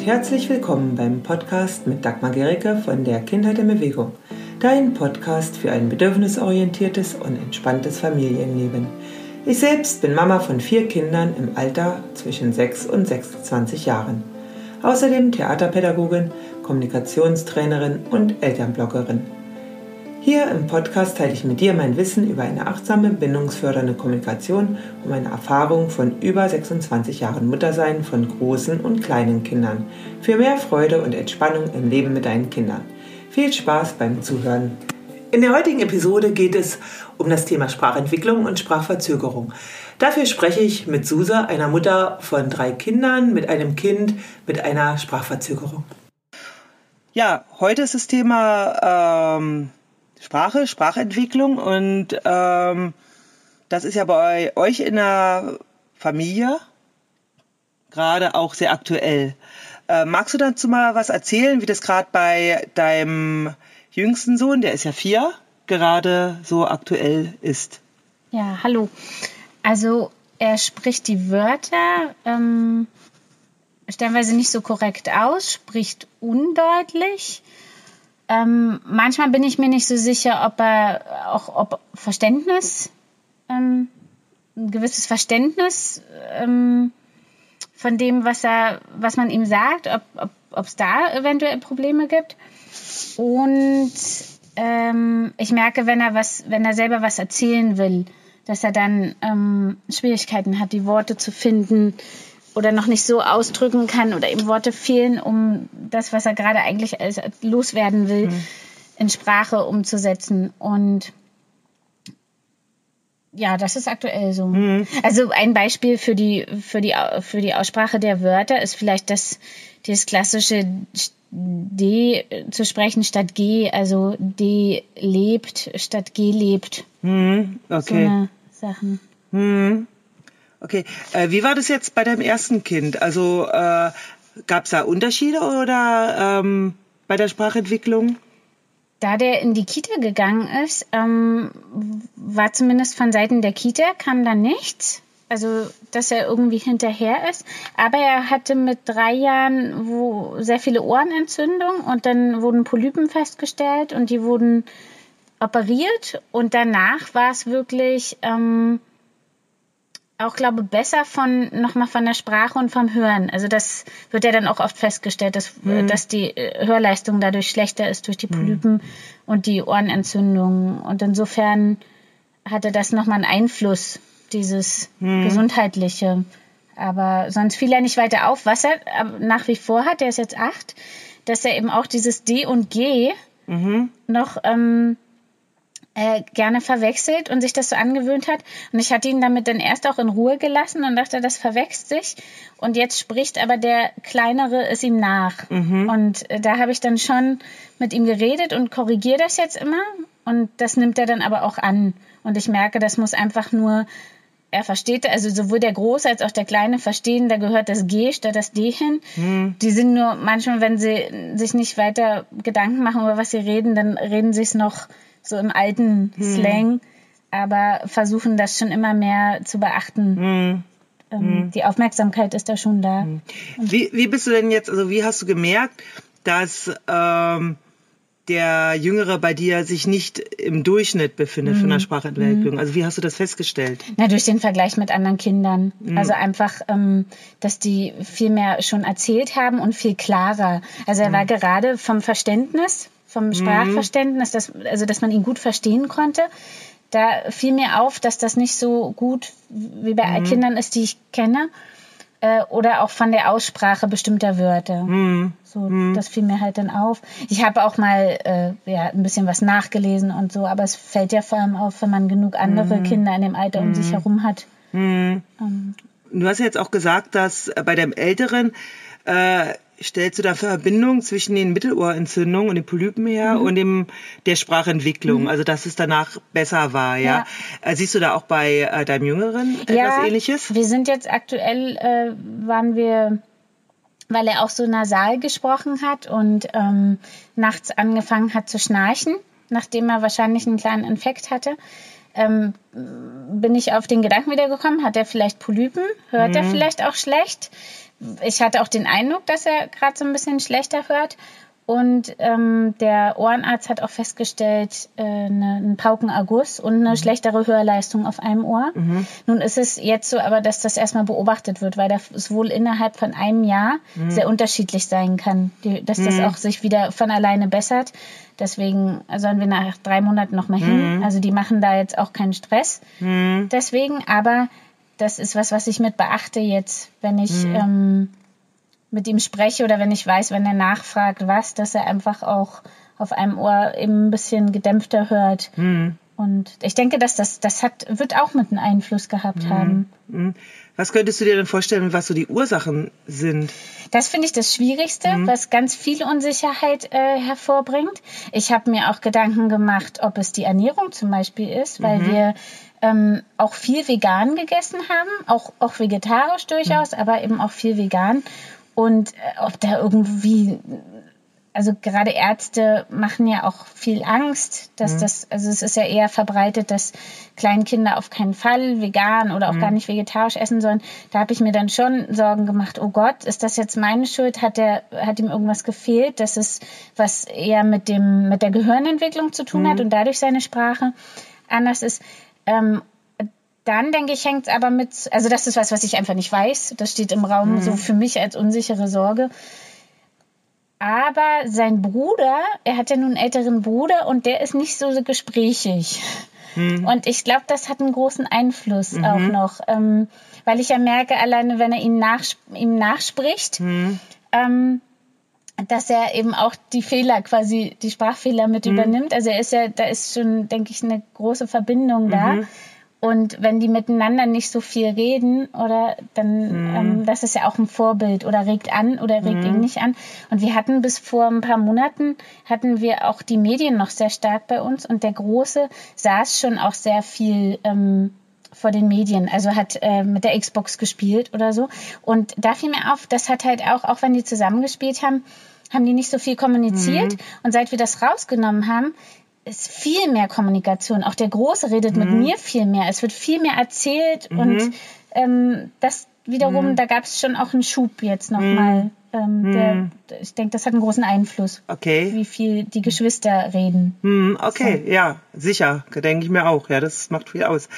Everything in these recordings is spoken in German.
herzlich willkommen beim Podcast mit Dagmar Gericke von der Kindheit in Bewegung. Dein Podcast für ein bedürfnisorientiertes und entspanntes Familienleben. Ich selbst bin Mama von 4 Kindern im Alter zwischen 6 und 26 Jahren. Außerdem Theaterpädagogin, Kommunikationstrainerin und Elternbloggerin. Hier im Podcast teile ich mit dir mein Wissen über eine achtsame, bindungsfördernde Kommunikation und meine Erfahrung von über 26 Jahren Muttersein von großen und kleinen Kindern. Für mehr Freude und Entspannung im Leben mit deinen Kindern. Viel Spaß beim Zuhören. In der heutigen Episode geht es um das Thema Sprachentwicklung und Sprachverzögerung. Dafür spreche ich mit Suse, einer Mutter von 3 Kindern, mit einem Kind mit einer Sprachverzögerung. Ja, heute ist das Thema Sprachentwicklung und das ist ja bei euch in der Familie gerade auch sehr aktuell. Magst du dazu mal was erzählen, wie das gerade bei deinem jüngsten Sohn, der ist ja 4, gerade so aktuell ist? Ja, hallo. Also er spricht die Wörter stellenweise nicht so korrekt aus, spricht undeutlich. Manchmal bin ich mir nicht so sicher, ob Verständnis, ein gewisses Verständnis von dem, was man ihm sagt, ob es da eventuell Probleme gibt. Und ich merke, wenn er selber was erzählen will, dass er dann Schwierigkeiten hat, die Worte zu finden oder noch nicht so ausdrücken kann oder ihm Worte fehlen, um das, was er gerade eigentlich loswerden will, in Sprache umzusetzen. Und ja, das ist aktuell so. Also ein Beispiel für die Aussprache der Wörter ist vielleicht dieses klassische D zu sprechen statt G, also D lebt statt G lebt. Okay. So eine Sachen. Okay, wie war das jetzt bei deinem ersten Kind? Also gab es da Unterschiede oder bei der Sprachentwicklung? Da der in die Kita gegangen ist, war zumindest von Seiten der Kita, kam da nichts. Also, dass er irgendwie hinterher ist. Aber er hatte mit 3 Jahren sehr viele Ohrenentzündungen und dann wurden Polypen festgestellt und die wurden operiert. Und danach war es wirklich auch, glaube ich, besser nochmal von der Sprache und vom Hören. Also das wird ja dann auch oft festgestellt, dass die Hörleistung dadurch schlechter ist durch die Polypen und die Ohrenentzündungen. Und insofern hatte das nochmal einen Einfluss, dieses gesundheitliche. Aber sonst fiel er nicht weiter auf. Was er nach wie vor hat, der ist jetzt 8, dass er eben auch dieses D und G noch gerne verwechselt und sich das so angewöhnt hat. Und ich hatte ihn damit dann erst auch in Ruhe gelassen und dachte, das verwechselt sich. Und jetzt spricht aber der Kleinere es ihm nach. Und da habe ich dann schon mit ihm geredet und korrigiere das jetzt immer. Und das nimmt er dann aber auch an. Und ich merke, das muss einfach nur, er versteht, also sowohl der Große als auch der Kleine verstehen, da gehört das G statt das D hin. Die sind nur manchmal, wenn sie sich nicht weiter Gedanken machen, über was sie reden, dann reden sie es noch so im alten Slang, aber versuchen das schon immer mehr zu beachten. Die Aufmerksamkeit ist da schon da. Wie bist du denn jetzt, also wie hast du gemerkt, dass der Jüngere bei dir sich nicht im Durchschnitt befindet von der Sprachentwicklung? Also wie hast du das festgestellt? Na, durch den Vergleich mit anderen Kindern. Also einfach, dass die viel mehr schon erzählt haben und viel klarer. Also er war gerade vom Verständnis, vom Sprachverständnis, dass man ihn gut verstehen konnte. Da fiel mir auf, dass das nicht so gut wie bei Kindern ist, die ich kenne. Oder auch von der Aussprache bestimmter Wörter. Das fiel mir halt dann auf. Ich habe auch mal ein bisschen was nachgelesen und so, aber es fällt ja vor allem auf, wenn man genug andere Kinder in dem Alter um sich herum hat. Du hast ja jetzt auch gesagt, dass bei deinem Älteren stellst du da Verbindung zwischen den Mittelohrentzündungen und den Polypen her und der Sprachentwicklung, also dass es danach besser war, ja? Siehst du da auch bei deinem Jüngeren etwas Ähnliches? Wir sind jetzt aktuell, weil er auch so nasal gesprochen hat und nachts angefangen hat zu schnarchen, nachdem er wahrscheinlich einen kleinen Infekt hatte, bin ich auf den Gedanken wiedergekommen, hat er vielleicht Polypen, hört er vielleicht auch schlecht? ich hatte auch den Eindruck, dass er gerade so ein bisschen schlechter hört. Und der Ohrenarzt hat auch festgestellt, einen Paukenerguss und eine schlechtere Hörleistung auf einem Ohr. Nun ist es jetzt so, aber dass das erstmal beobachtet wird, weil das wohl innerhalb von einem Jahr sehr unterschiedlich sein kann, dass das auch sich wieder von alleine bessert. Deswegen sollen wir nach 3 Monaten nochmal hin. Also die machen da jetzt auch keinen Stress. Deswegen, aber das ist was ich mit beachte jetzt, wenn ich mit ihm spreche oder wenn ich weiß, wenn er nachfragt, dass er einfach auch auf einem Ohr eben ein bisschen gedämpfter hört. Und ich denke, dass das wird auch mit einem Einfluss gehabt haben. Was könntest du dir denn vorstellen, was so die Ursachen sind? Das finde ich das Schwierigste, was ganz viel Unsicherheit hervorbringt. Ich habe mir auch Gedanken gemacht, ob es die Ernährung zum Beispiel ist, weil wir auch viel vegan gegessen haben, auch vegetarisch durchaus, aber eben auch viel vegan. Und ob da irgendwie, also gerade Ärzte machen ja auch viel Angst, dass also es ist ja eher verbreitet, dass Kleinkinder auf keinen Fall vegan oder auch gar nicht vegetarisch essen sollen. Da habe ich mir dann schon Sorgen gemacht, oh Gott, ist das jetzt meine Schuld? Hat ihm irgendwas gefehlt? Das ist was eher mit der Gehirnentwicklung zu tun hat und dadurch seine Sprache anders ist. Dann, denke ich, hängt es aber also das ist was ich einfach nicht weiß. Das steht im Raum so für mich als unsichere Sorge. Aber sein Bruder, er hat ja nun einen älteren Bruder und der ist nicht so gesprächig. Und ich glaube, das hat einen großen Einfluss auch noch. Weil ich ja merke, alleine wenn er ihm nachspricht, dass er eben auch die Fehler quasi, die Sprachfehler mit übernimmt. Also da ist schon, denke ich, eine große Verbindung da. Und wenn die miteinander nicht so viel reden, oder dann, das ist ja auch ein Vorbild, oder regt an oder regt ihn nicht an. Und wir hatten bis vor ein paar Monaten, hatten wir auch die Medien noch sehr stark bei uns, und der Große saß schon auch sehr viel vor den Medien, also hat mit der Xbox gespielt oder so. Und da fiel mir auf, das hat halt auch wenn die zusammengespielt haben, haben die nicht so viel kommuniziert. Und seit wir das rausgenommen haben, ist viel mehr Kommunikation. Auch der Große redet mit mir viel mehr. Es wird viel mehr erzählt und das wiederum, da gab es schon auch einen Schub jetzt nochmal. Ich denke, das hat einen großen Einfluss, wie viel die Geschwister reden. Okay, so. Ja, sicher, denke ich mir auch. Ja, das macht viel aus.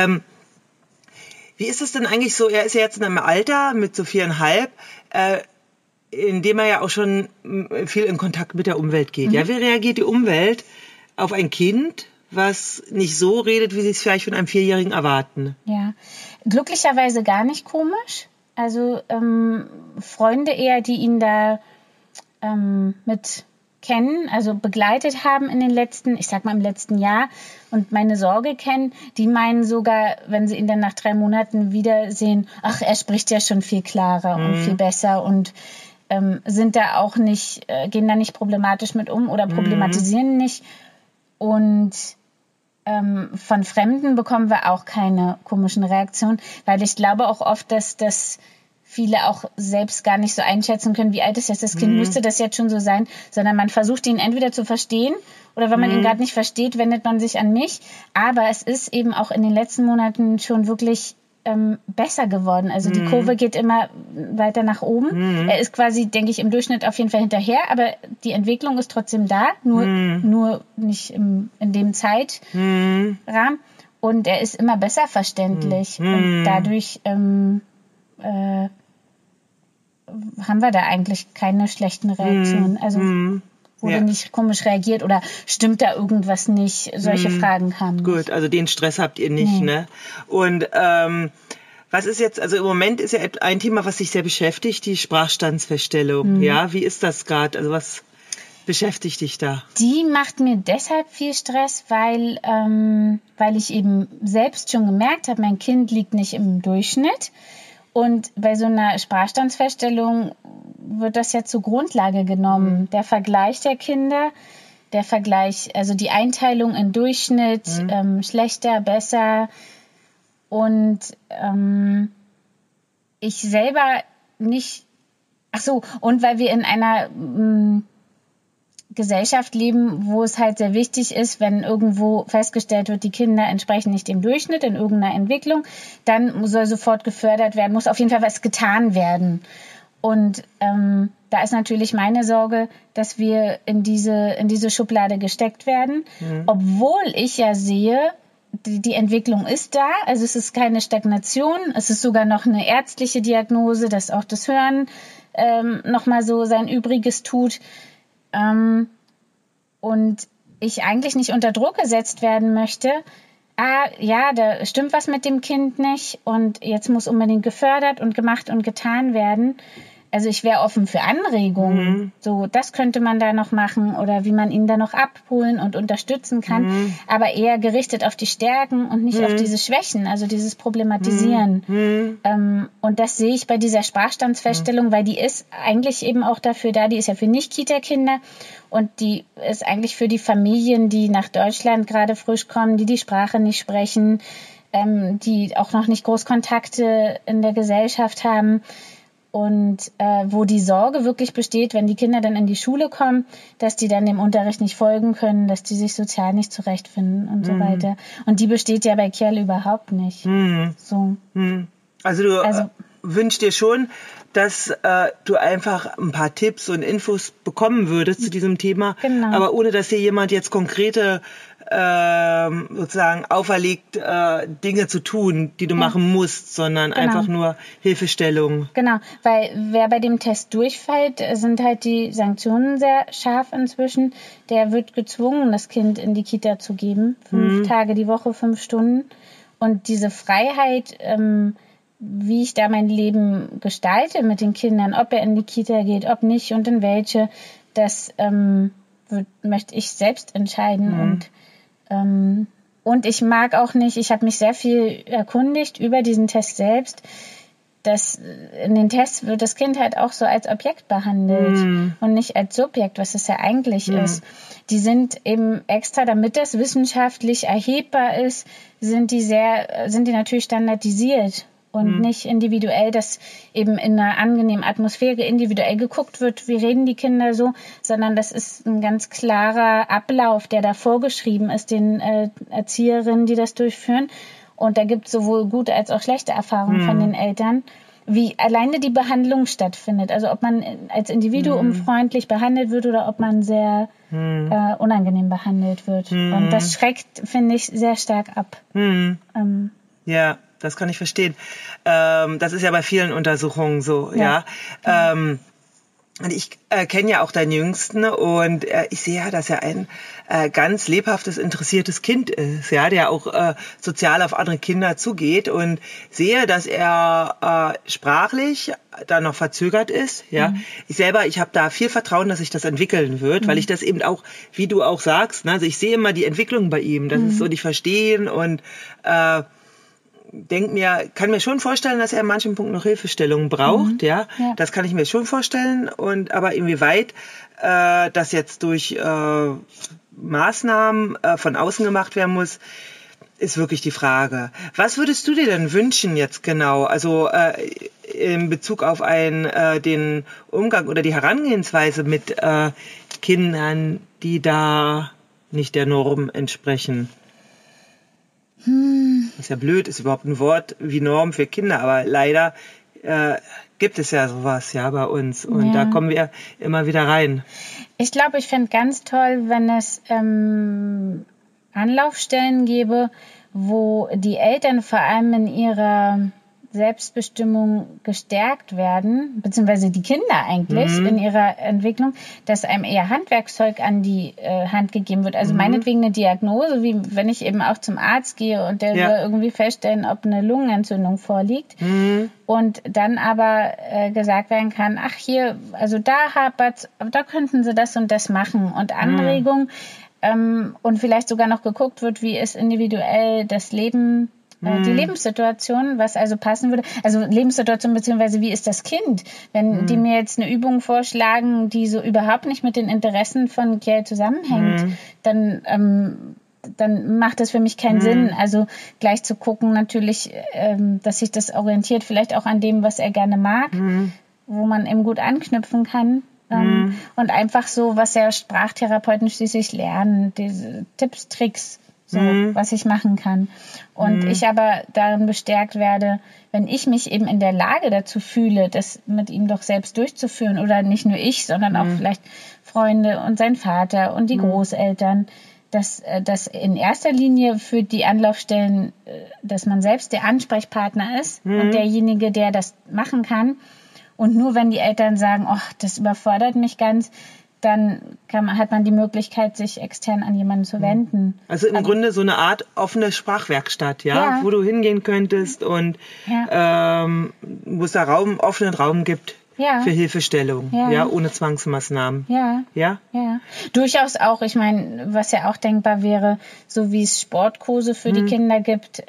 Wie ist es denn eigentlich so? Er ist ja jetzt in einem Alter mit so 4,5, in dem er ja auch schon viel in Kontakt mit der Umwelt geht. Ja, wie reagiert die Umwelt auf ein Kind, was nicht so redet, wie sie es vielleicht von einem 4-Jährigen erwarten? Ja, glücklicherweise gar nicht komisch. Also Freunde eher, die ihn da mit kennen, also begleitet haben im letzten Jahr und meine Sorge kennen, die meinen sogar, wenn sie ihn dann nach 3 Monaten wiedersehen, ach, er spricht ja schon viel klarer und viel besser und sind da auch nicht, gehen da nicht problematisch mit um oder problematisieren nicht. Und von Fremden bekommen wir auch keine komischen Reaktionen, weil ich glaube auch oft, dass viele auch selbst gar nicht so einschätzen können, wie alt ist jetzt das Kind, müsste das jetzt schon so sein, sondern man versucht ihn entweder zu verstehen oder wenn man ihn gerade nicht versteht, wendet man sich an mich. Aber es ist eben auch in den letzten Monaten schon wirklich besser geworden. Also die Kurve geht immer weiter nach oben. Er ist quasi, denke ich, im Durchschnitt auf jeden Fall hinterher, aber die Entwicklung ist trotzdem da, nur nicht in dem Zeitrahmen. Und er ist immer besser verständlich. Und dadurch haben wir da eigentlich keine schlechten Reaktionen. Also wurde nicht komisch reagiert oder stimmt da irgendwas nicht? Solche Fragen kamen. Gut, nicht. Also den Stress habt ihr nicht, ne? Und was ist jetzt, also im Moment ist ja ein Thema, was sich sehr beschäftigt, die Sprachstandsfeststellung. Ja, wie ist das gerade? Also was beschäftigt dich da? Die macht mir deshalb viel Stress, weil ich eben selbst schon gemerkt habe, mein Kind liegt nicht im Durchschnitt. Und bei so einer Sprachstandsfeststellung wird das ja zur Grundlage genommen. Der Vergleich der Kinder, also die Einteilung in Durchschnitt, schlechter, besser. Und ich selber nicht. Ach so, und weil wir in einer Gesellschaft leben, wo es halt sehr wichtig ist, wenn irgendwo festgestellt wird, die Kinder entsprechen nicht dem Durchschnitt in irgendeiner Entwicklung, dann soll sofort gefördert werden, muss auf jeden Fall was getan werden. Und da ist natürlich meine Sorge, dass wir in diese Schublade gesteckt werden, obwohl ich ja sehe, die Entwicklung ist da, also es ist keine Stagnation, es ist sogar noch eine ärztliche Diagnose, dass auch das Hören nochmal so sein Übriges tut. Und ich eigentlich nicht unter Druck gesetzt werden möchte, ja, da stimmt was mit dem Kind nicht und jetzt muss unbedingt gefördert und gemacht und getan werden. Also ich wäre offen für Anregungen. So, das könnte man da noch machen oder wie man ihn da noch abholen und unterstützen kann. Aber eher gerichtet auf die Stärken und nicht auf diese Schwächen, also dieses Problematisieren. Und das sehe ich bei dieser Sprachstandsfeststellung, weil die ist eigentlich eben auch dafür da, die ist ja für Nicht-Kita-Kinder und die ist eigentlich für die Familien, die nach Deutschland gerade frisch kommen, die Sprache nicht sprechen, die auch noch nicht groß Kontakte in der Gesellschaft haben. Und wo die Sorge wirklich besteht, wenn die Kinder dann in die Schule kommen, dass die dann dem Unterricht nicht folgen können, dass die sich sozial nicht zurechtfinden und so weiter. Und die besteht ja bei Kerl überhaupt nicht. So. Also du wünschst dir schon, dass du einfach ein paar Tipps und Infos bekommen würdest zu diesem Thema, Genau. aber ohne dass dir jemand jetzt konkrete sozusagen auferlegt, Dinge zu tun, die du machen musst, sondern einfach nur Hilfestellung. Genau, weil wer bei dem Test durchfällt, sind halt die Sanktionen sehr scharf inzwischen. Der wird gezwungen, das Kind in die Kita zu geben. 5 Tage die Woche, 5 Stunden. Und diese Freiheit, wie ich da mein Leben gestalte mit den Kindern, ob er in die Kita geht, ob nicht und in welche, das möchte ich selbst entscheiden. Und ich mag auch nicht, ich habe mich sehr viel erkundigt über diesen Test selbst, dass in den Tests wird das Kind halt auch so als Objekt behandelt und nicht als Subjekt, was es ja eigentlich ist. Die sind eben extra, damit das wissenschaftlich erhebbar ist, sind die natürlich standardisiert. Und nicht individuell, dass eben in einer angenehmen Atmosphäre individuell geguckt wird, wie reden die Kinder so, sondern das ist ein ganz klarer Ablauf, der da vorgeschrieben ist, den Erzieherinnen, die das durchführen. Und da gibt es sowohl gute als auch schlechte Erfahrungen von den Eltern, wie alleine die Behandlung stattfindet. Also ob man als Individuum freundlich behandelt wird oder ob man sehr unangenehm behandelt wird. Und das schreckt, finde ich, sehr stark ab. Ja. Das kann ich verstehen. Das ist ja bei vielen Untersuchungen so, ja. Und ich kenne ja auch deinen Jüngsten und ich sehe ja, dass er ein ganz lebhaftes, interessiertes Kind ist, ja, der auch sozial auf andere Kinder zugeht und sehe, dass er sprachlich da noch verzögert ist, ja. Ich habe da viel Vertrauen, dass sich das entwickeln wird, weil ich das eben auch, wie du auch sagst, ne, also ich sehe immer die Entwicklung bei ihm, das ist so nicht verstehen und kann mir schon vorstellen, dass er in manchen Punkten noch Hilfestellungen braucht, ja. Das kann ich mir schon vorstellen. Aber inwieweit das jetzt durch Maßnahmen von außen gemacht werden muss, ist wirklich die Frage. Was würdest du dir denn wünschen jetzt genau? Also in Bezug auf den Umgang oder die Herangehensweise mit Kindern, die da nicht der Norm entsprechen? Das ist ja blöd, ist überhaupt ein Wort wie Norm für Kinder, aber leider gibt es ja sowas ja bei uns und da kommen wir immer wieder rein. Ich glaube, ich fände ganz toll, wenn es Anlaufstellen gäbe, wo die Eltern vor allem in ihrer Selbstbestimmung gestärkt werden, beziehungsweise die Kinder eigentlich in ihrer Entwicklung, dass einem eher Handwerkszeug an die Hand gegeben wird. Also meinetwegen eine Diagnose, wie wenn ich eben auch zum Arzt gehe und der soll irgendwie feststellen, ob eine Lungenentzündung vorliegt. Und dann aber gesagt werden kann, ach hier, also da hapert's, da könnten sie das und das machen. Und Anregung und vielleicht sogar noch geguckt wird, wie ist individuell das Leben, die Lebenssituation, was also passen würde. Also Lebenssituation beziehungsweise wie ist das Kind? Wenn die mir jetzt eine Übung vorschlagen, die so überhaupt nicht mit den Interessen von Kiel zusammenhängt, dann macht das für mich keinen Sinn. Also gleich zu gucken natürlich, dass sich das orientiert, vielleicht auch an dem, was er gerne mag, wo man eben gut anknüpfen kann. Und einfach so, was ja Sprachtherapeuten schließlich lernen, diese Tipps, Tricks, so, was ich machen kann. Und ich aber darin bestärkt werde, wenn ich mich eben in der Lage dazu fühle, das mit ihm doch selbst durchzuführen, oder nicht nur ich, sondern auch vielleicht Freunde und sein Vater und die Großeltern, dass das in erster Linie für die Anlaufstellen, dass man selbst der Ansprechpartner ist und derjenige, der das machen kann. Und nur wenn die Eltern sagen, ach, das überfordert mich ganz, dann hat man die Möglichkeit, sich extern an jemanden zu wenden. Also im Grunde so eine Art offene Sprachwerkstatt, ja? Wo du hingehen könntest und wo es da offenen Raum gibt für Hilfestellung, ohne Zwangsmaßnahmen. Ja? Durchaus auch, ich meine, was ja auch denkbar wäre, so wie es Sportkurse für die Kinder gibt,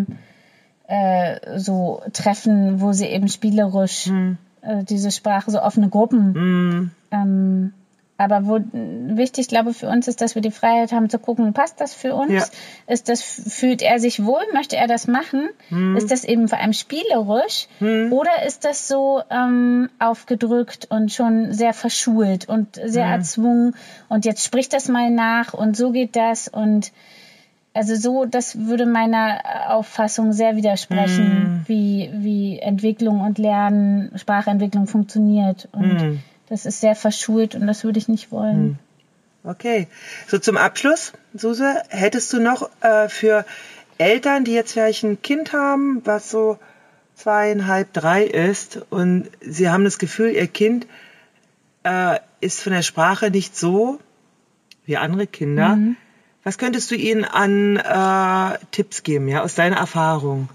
so Treffen, wo sie eben spielerisch diese Sprache, so offene Gruppen. Aber wichtig, glaube ich, für uns ist, dass wir die Freiheit haben zu gucken, passt das für uns? Ja. Fühlt er sich wohl? Möchte er das machen? Ist das eben vor allem spielerisch? Oder ist das so aufgedrückt und schon sehr verschult und sehr erzwungen? Und jetzt spricht das mal nach und so geht das. Und also so, das würde meiner Auffassung sehr widersprechen, wie Entwicklung und Lernen, Sprachentwicklung funktioniert. Und das ist sehr verschult und das würde ich nicht wollen. Okay. So zum Abschluss, Suse, hättest du noch für Eltern, die jetzt vielleicht ein Kind haben, was so 2,5, 3 ist und sie haben das Gefühl, ihr Kind ist von der Sprache nicht so wie andere Kinder, was könntest du ihnen an Tipps geben, ja, aus deiner Erfahrung?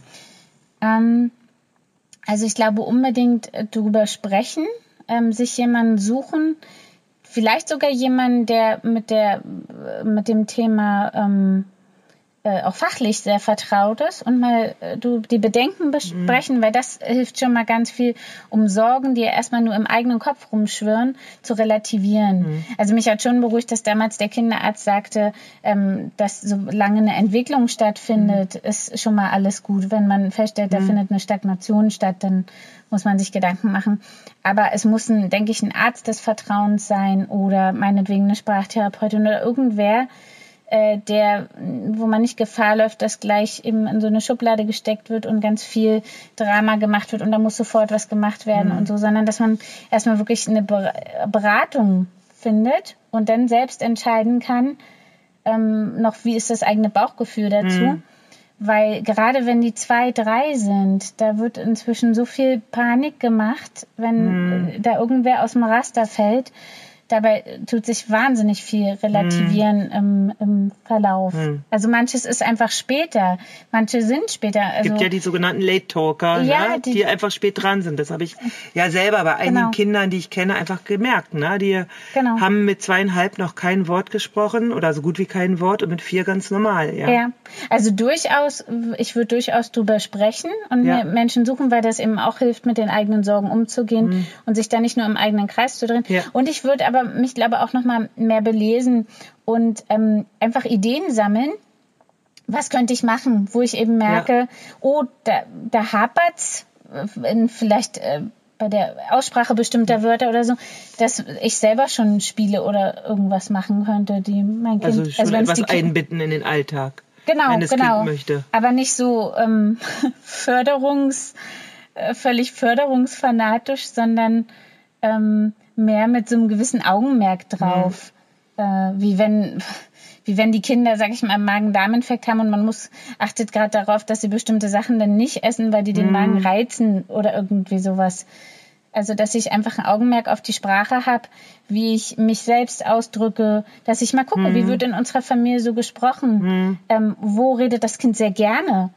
Also ich glaube unbedingt darüber sprechen, sich jemanden suchen, vielleicht sogar jemanden, der mit dem Thema auch fachlich sehr vertraut ist und mal die Bedenken besprechen, weil das hilft schon mal ganz viel, um Sorgen, die ja erstmal nur im eigenen Kopf rumschwirren, zu relativieren. Also mich hat schon beruhigt, dass damals der Kinderarzt sagte, dass solange eine Entwicklung stattfindet, ist schon mal alles gut. Wenn man feststellt, da findet eine Stagnation statt, dann muss man sich Gedanken machen. Aber es muss, denke ich, ein Arzt des Vertrauens sein oder meinetwegen eine Sprachtherapeutin oder irgendwer, wo man nicht Gefahr läuft, dass gleich eben in so eine Schublade gesteckt wird und ganz viel Drama gemacht wird und da muss sofort was gemacht werden und so, sondern dass man erstmal wirklich eine Beratung findet und dann selbst entscheiden kann, noch wie ist das eigene Bauchgefühl dazu. Weil gerade wenn die 2, 3 sind, da wird inzwischen so viel Panik gemacht, wenn da irgendwer aus dem Raster fällt. Dabei tut sich wahnsinnig viel relativieren im Verlauf. Also manches ist einfach später, manche sind später. Es gibt ja die sogenannten Late Talker, die einfach spät dran sind. Das habe ich ja selber bei einigen Kindern, die ich kenne, einfach gemerkt. Ne? Die haben mit 2,5 noch kein Wort gesprochen oder so gut wie kein Wort und mit 4 ganz normal. Ja, also ich würde durchaus drüber sprechen und mir Menschen suchen, weil das eben auch hilft, mit den eigenen Sorgen umzugehen und sich da nicht nur im eigenen Kreis zu drehen. Ja. Und ich würde aber mich, glaube ich, auch noch mal mehr belesen und einfach Ideen sammeln. Was könnte ich machen, wo ich eben merke, da hapert's vielleicht bei der Aussprache bestimmter Wörter oder so, dass ich selber schon spiele oder irgendwas machen könnte, die mein Kind... Also schon etwas einbinden in den Alltag, genau, wenn das Kind möchte. Aber nicht so völlig förderungsfanatisch, sondern mehr mit so einem gewissen Augenmerk drauf. Wie wenn die Kinder, sag ich mal, einen Magen-Darm-Infekt haben und man achtet gerade darauf, dass sie bestimmte Sachen dann nicht essen, weil die den Magen reizen oder irgendwie sowas. Also, dass ich einfach ein Augenmerk auf die Sprache habe, wie ich mich selbst ausdrücke, dass ich mal gucke, wie wird in unserer Familie so gesprochen, wo redet das Kind sehr gerne,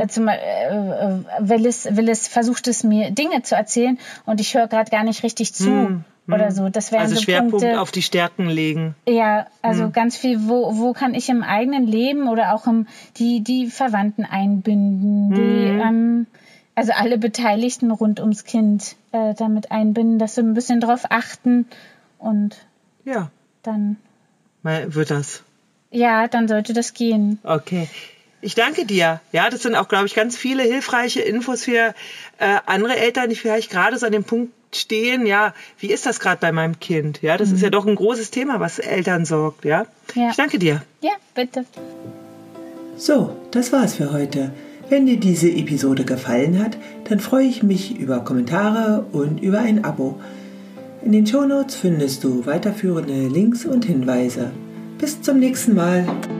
versucht es mir Dinge zu erzählen und ich höre gerade gar nicht richtig zu. Oder so. Das wären also so Schwerpunkt Punkte, auf die Stärken legen. Ja, also ganz viel, wo kann ich im eigenen Leben oder auch die Verwandten einbinden, also alle Beteiligten rund ums Kind damit einbinden, dass sie ein bisschen drauf achten und dann wird das. Ja, dann sollte das gehen. Okay. Ich danke dir. Ja, das sind auch, glaube ich, ganz viele hilfreiche Infos für andere Eltern, die vielleicht gerade so an dem Punkt stehen, ja, wie ist das gerade bei meinem Kind? Ja, das ist ja doch ein großes Thema, was Eltern sorgt, ja. Ich danke dir. Ja, bitte. So, das war's für heute. Wenn dir diese Episode gefallen hat, dann freue ich mich über Kommentare und über ein Abo. In den Shownotes findest du weiterführende Links und Hinweise. Bis zum nächsten Mal.